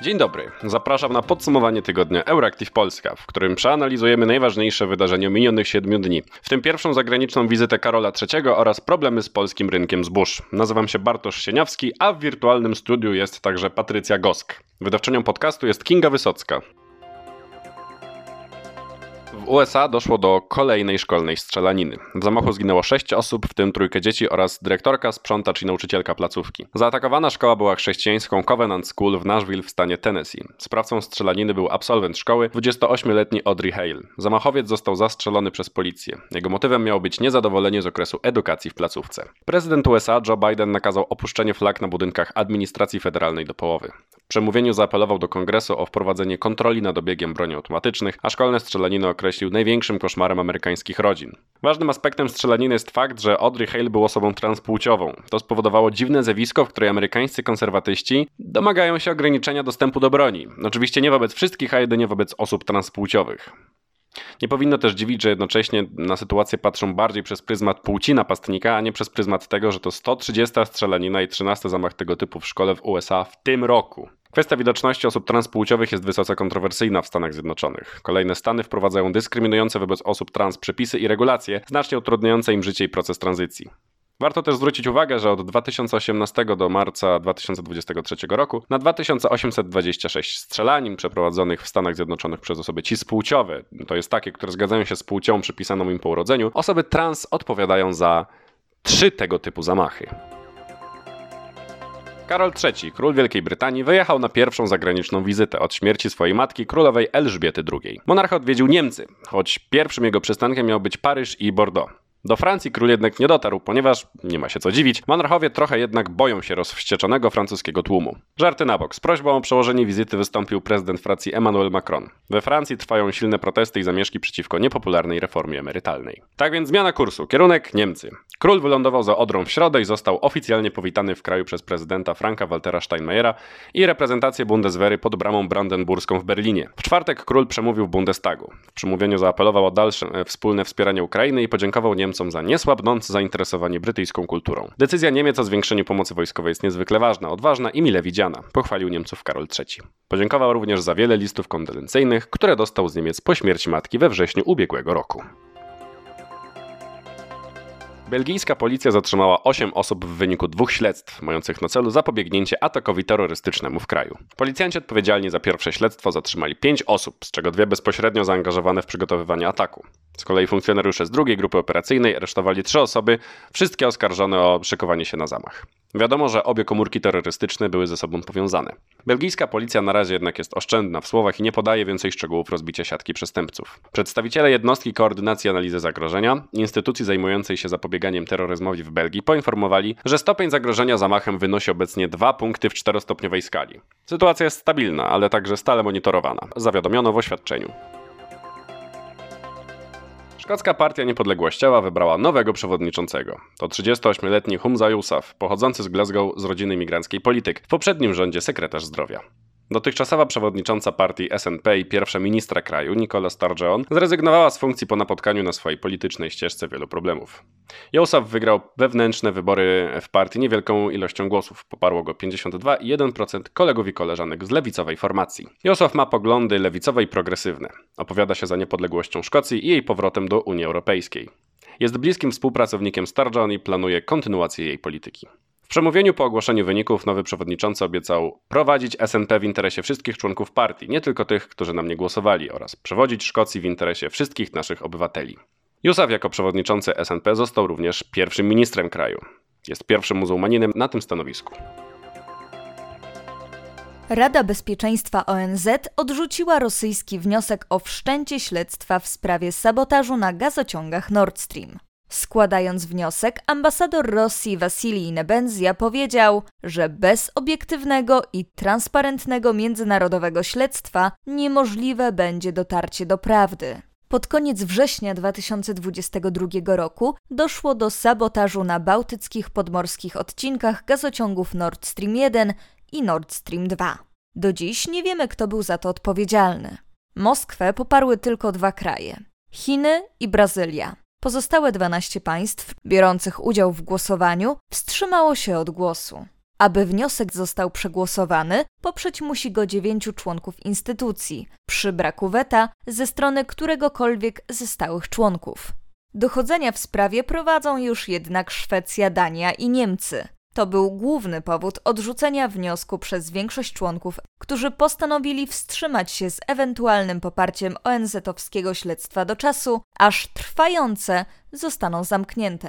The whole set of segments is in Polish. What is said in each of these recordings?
Dzień dobry, zapraszam na podsumowanie tygodnia Euractiv Polska, w którym przeanalizujemy najważniejsze wydarzenia minionych 7 dni, w tym pierwszą zagraniczną wizytę Karola III oraz problemy z polskim rynkiem zbóż. Nazywam się Bartosz Sieniawski, a w wirtualnym studiu jest także Patrycja Gosk. Wydawczynią podcastu jest Kinga Wysocka. W USA doszło do kolejnej szkolnej strzelaniny. W zamachu zginęło 6 osób, w tym 3 dzieci oraz dyrektorka, sprzątacz i nauczycielka placówki. Zaatakowana szkoła była chrześcijańską Covenant School w Nashville w stanie Tennessee. Sprawcą strzelaniny był absolwent szkoły, 28-letni Audrey Hale. Zamachowiec został zastrzelony przez policję. Jego motywem miało być niezadowolenie z okresu edukacji w placówce. Prezydent USA Joe Biden nakazał opuszczenie flag na budynkach administracji federalnej do połowy. W przemówieniu zaapelował do Kongresu o wprowadzenie kontroli nad obiegiem broni automatycznych, a szkolne strzelaniny określił największym koszmarem amerykańskich rodzin. Ważnym aspektem strzelaniny jest fakt, że Audrey Hale był osobą transpłciową. To spowodowało dziwne zjawisko, w której amerykańscy konserwatyści domagają się ograniczenia dostępu do broni. Oczywiście nie wobec wszystkich, a jedynie wobec osób transpłciowych. Nie powinno też dziwić, że jednocześnie na sytuację patrzą bardziej przez pryzmat płci napastnika, a nie przez pryzmat tego, że to 130. strzelanina i 13. zamach tego typu w szkole w USA w tym roku. Kwestia widoczności osób transpłciowych jest wysoce kontrowersyjna w Stanach Zjednoczonych. Kolejne stany wprowadzają dyskryminujące wobec osób trans przepisy i regulacje, znacznie utrudniające im życie i proces tranzycji. Warto też zwrócić uwagę, że od 2018 do marca 2023 roku na 2826 strzelanin przeprowadzonych w Stanach Zjednoczonych przez osoby cispłciowe, to jest takie, które zgadzają się z płcią przypisaną im po urodzeniu, osoby trans odpowiadają za 3 tego typu zamachy. Karol III, król Wielkiej Brytanii, wyjechał na pierwszą zagraniczną wizytę od śmierci swojej matki, królowej Elżbiety II. Monarcha odwiedził Niemcy, choć pierwszym jego przystankiem miał być Paryż i Bordeaux. Do Francji król jednak nie dotarł, ponieważ, nie ma się co dziwić, monarchowie trochę jednak boją się rozwścieczonego francuskiego tłumu. Żarty na bok, z prośbą o przełożenie wizyty wystąpił prezydent Francji Emmanuel Macron. We Francji trwają silne protesty i zamieszki przeciwko niepopularnej reformie emerytalnej. Tak więc zmiana kursu, kierunek Niemcy. Król wylądował za Odrą w środę i został oficjalnie powitany w kraju przez prezydenta Franka-Waltera Steinmeiera i reprezentację Bundeswehry pod bramą brandenburską w Berlinie. W czwartek król przemówił w Bundestagu. W przemówieniu zaapelował o dalsze wspólne wspieranie Ukrainy i podziękował Niemcom za niesłabnące zainteresowanie brytyjską kulturą. Decyzja Niemiec o zwiększeniu pomocy wojskowej jest niezwykle ważna, odważna i mile widziana, pochwalił Niemców Karol III. Podziękował również za wiele listów kondolencyjnych, które dostał z Niemiec po śmierci matki we wrześniu ubiegłego roku. Belgijska policja zatrzymała 8 osób w wyniku 2 śledztw, mających na celu zapobiegnięcie atakowi terrorystycznemu w kraju. Policjanci odpowiedzialni za pierwsze śledztwo zatrzymali 5 osób, z czego 2 bezpośrednio zaangażowane w przygotowywanie ataku. Z kolei funkcjonariusze z drugiej grupy operacyjnej aresztowali 3 osoby, wszystkie oskarżone o szykowanie się na zamach. Wiadomo, że obie komórki terrorystyczne były ze sobą powiązane. Belgijska policja na razie jednak jest oszczędna w słowach i nie podaje więcej szczegółów rozbicia siatki przestępców. Przedstawiciele jednostki koordynacji analizy zagrożenia, instytucji zajmującej się zapobieganiem terroryzmowi w Belgii, poinformowali, że stopień zagrożenia zamachem wynosi obecnie 2 punkty w 4-stopniowej skali. Sytuacja jest stabilna, ale także stale monitorowana, zawiadomiono w oświadczeniu. Szkocka Partia Niepodległościowa wybrała nowego przewodniczącego. To 38-letni Humza Yousaf, pochodzący z Glasgow z rodziny imigranckiej polityk, w poprzednim rządzie sekretarz zdrowia. Dotychczasowa przewodnicząca partii SNP i pierwsza ministra kraju, Nicola Sturgeon, zrezygnowała z funkcji po napotkaniu na swojej politycznej ścieżce wielu problemów. Yousaf wygrał wewnętrzne wybory w partii niewielką ilością głosów. Poparło go 52,1% kolegów i koleżanek z lewicowej formacji. Yousaf ma poglądy lewicowe i progresywne. Opowiada się za niepodległością Szkocji i jej powrotem do Unii Europejskiej. Jest bliskim współpracownikiem Sturgeon i planuje kontynuację jej polityki. W przemówieniu po ogłoszeniu wyników nowy przewodniczący obiecał prowadzić SNP w interesie wszystkich członków partii, nie tylko tych, którzy na mnie głosowali, oraz przewodzić Szkocji w interesie wszystkich naszych obywateli. Yousaf jako przewodniczący SNP został również pierwszym ministrem kraju. Jest pierwszym muzułmaninem na tym stanowisku. Rada Bezpieczeństwa ONZ odrzuciła rosyjski wniosek o wszczęcie śledztwa w sprawie sabotażu na gazociągach Nord Stream. Składając wniosek, ambasador Rosji Wasilij Nebenzia powiedział, że bez obiektywnego i transparentnego międzynarodowego śledztwa niemożliwe będzie dotarcie do prawdy. Pod koniec września 2022 roku doszło do sabotażu na bałtyckich podmorskich odcinkach gazociągów Nord Stream 1 i Nord Stream 2. Do dziś nie wiemy, kto był za to odpowiedzialny. Moskwę poparły tylko 2 kraje – Chiny i Brazylia. Pozostałe 12 państw biorących udział w głosowaniu wstrzymało się od głosu. Aby wniosek został przegłosowany, poprzeć musi go 9 członków instytucji, przy braku weta ze strony któregokolwiek ze stałych członków. Dochodzenia w sprawie prowadzą już jednak Szwecja, Dania i Niemcy. To był główny powód odrzucenia wniosku przez większość członków, którzy postanowili wstrzymać się z ewentualnym poparciem ONZ-owskiego śledztwa do czasu, aż trwające zostaną zamknięte.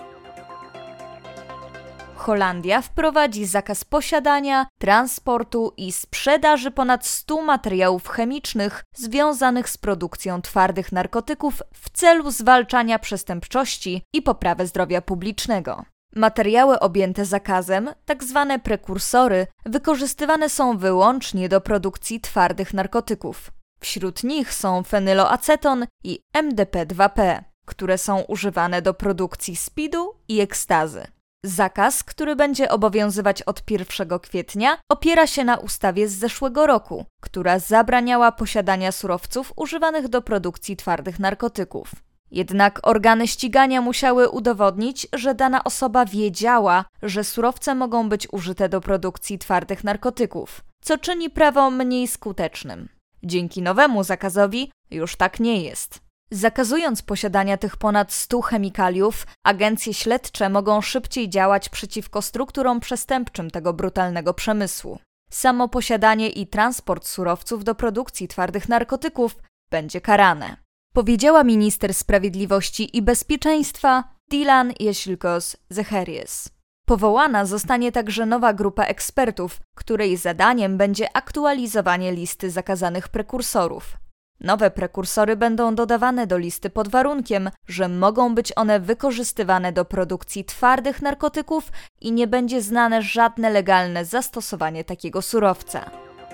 Holandia wprowadzi zakaz posiadania, transportu i sprzedaży ponad 100 materiałów chemicznych związanych z produkcją twardych narkotyków w celu zwalczania przestępczości i poprawy zdrowia publicznego. Materiały objęte zakazem, tzw. prekursory, wykorzystywane są wyłącznie do produkcji twardych narkotyków. Wśród nich są fenyloaceton i MDP-2P, które są używane do produkcji speedu i ekstazy. Zakaz, który będzie obowiązywać od 1 kwietnia, opiera się na ustawie z zeszłego roku, która zabraniała posiadania surowców używanych do produkcji twardych narkotyków. Jednak organy ścigania musiały udowodnić, że dana osoba wiedziała, że surowce mogą być użyte do produkcji twardych narkotyków, co czyni prawo mniej skutecznym. Dzięki nowemu zakazowi już tak nie jest. Zakazując posiadania tych ponad 100 chemikaliów, agencje śledcze mogą szybciej działać przeciwko strukturom przestępczym tego brutalnego przemysłu. Samo posiadanie i transport surowców do produkcji twardych narkotyków będzie karane, powiedziała minister Sprawiedliwości i Bezpieczeństwa Dilan Yeşilköz-Zecherius. Powołana zostanie także nowa grupa ekspertów, której zadaniem będzie aktualizowanie listy zakazanych prekursorów. Nowe prekursory będą dodawane do listy pod warunkiem, że mogą być one wykorzystywane do produkcji twardych narkotyków i nie będzie znane żadne legalne zastosowanie takiego surowca.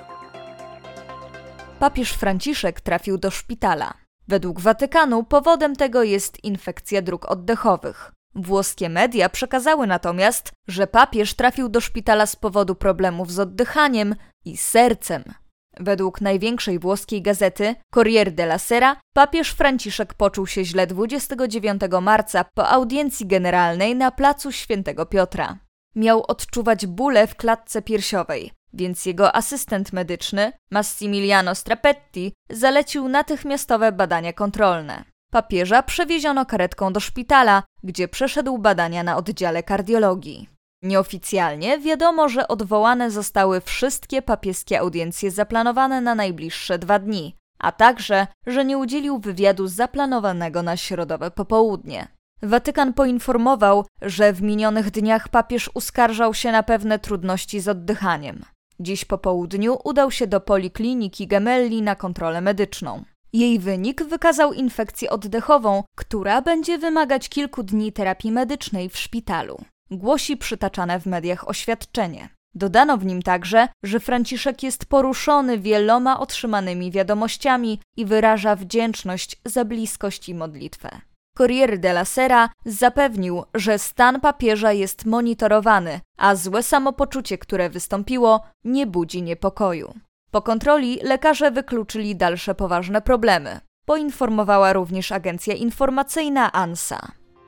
Papież Franciszek trafił do szpitala. Według Watykanu powodem tego jest infekcja dróg oddechowych. Włoskie media przekazały natomiast, że papież trafił do szpitala z powodu problemów z oddychaniem i sercem. Według największej włoskiej gazety Corriere della Sera papież Franciszek poczuł się źle 29 marca po audiencji generalnej na placu Świętego Piotra. Miał odczuwać bóle w klatce piersiowej, więc jego asystent medyczny, Massimiliano Strapetti, zalecił natychmiastowe badania kontrolne. Papieża przewieziono karetką do szpitala, gdzie przeszedł badania na oddziale kardiologii. Nieoficjalnie wiadomo, że odwołane zostały wszystkie papieskie audiencje zaplanowane na najbliższe 2 dni, a także, że nie udzielił wywiadu zaplanowanego na środowe popołudnie. Watykan poinformował, że w minionych dniach papież uskarżał się na pewne trudności z oddychaniem. Dziś po południu udał się do Polikliniki Gemelli na kontrolę medyczną. Jej wynik wykazał infekcję oddechową, która będzie wymagać kilku dni terapii medycznej w szpitalu, głosi przytaczane w mediach oświadczenie. Dodano w nim także, że Franciszek jest poruszony wieloma otrzymanymi wiadomościami i wyraża wdzięczność za bliskość i modlitwę. Corriere della Sera zapewnił, że stan papieża jest monitorowany, a złe samopoczucie, które wystąpiło, nie budzi niepokoju. Po kontroli lekarze wykluczyli dalsze poważne problemy, poinformowała również agencja informacyjna ANSA.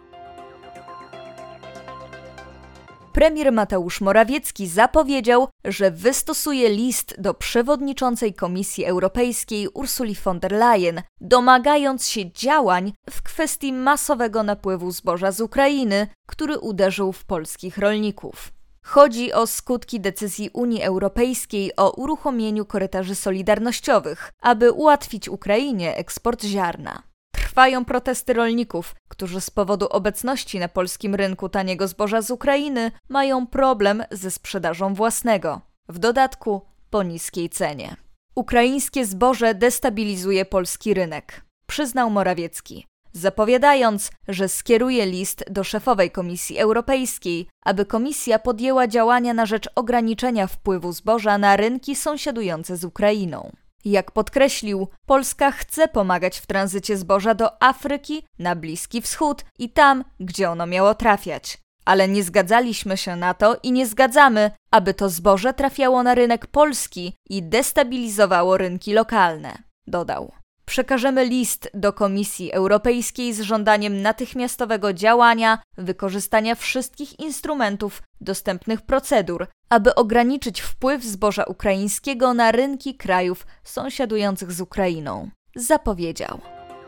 Premier Mateusz Morawiecki zapowiedział, że wystosuje list do przewodniczącej Komisji Europejskiej Ursuli von der Leyen, domagając się działań w kwestii masowego napływu zboża z Ukrainy, który uderzył w polskich rolników. Chodzi o skutki decyzji Unii Europejskiej o uruchomieniu korytarzy solidarnościowych, aby ułatwić Ukrainie eksport ziarna. Trwają protesty rolników, którzy z powodu obecności na polskim rynku taniego zboża z Ukrainy mają problem ze sprzedażą własnego, w dodatku po niskiej cenie. Ukraińskie zboże destabilizuje polski rynek, przyznał Morawiecki, zapowiadając, że skieruje list do szefowej Komisji Europejskiej, aby Komisja podjęła działania na rzecz ograniczenia wpływu zboża na rynki sąsiadujące z Ukrainą. Jak podkreślił, Polska chce pomagać w tranzycie zboża do Afryki, na Bliski Wschód i tam, gdzie ono miało trafiać. Ale nie zgadzaliśmy się na to i nie zgadzamy, aby to zboże trafiało na rynek polski i destabilizowało rynki lokalne, dodał. Przekażemy list do Komisji Europejskiej z żądaniem natychmiastowego działania, wykorzystania wszystkich instrumentów, dostępnych procedur, aby ograniczyć wpływ zboża ukraińskiego na rynki krajów sąsiadujących z Ukrainą, zapowiedział.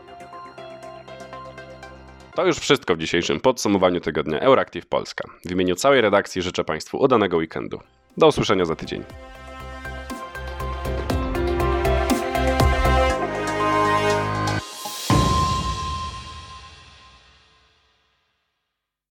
To już wszystko w dzisiejszym podsumowaniu tygodnia Euractiv Polska. W imieniu całej redakcji życzę Państwu udanego weekendu. Do usłyszenia za tydzień.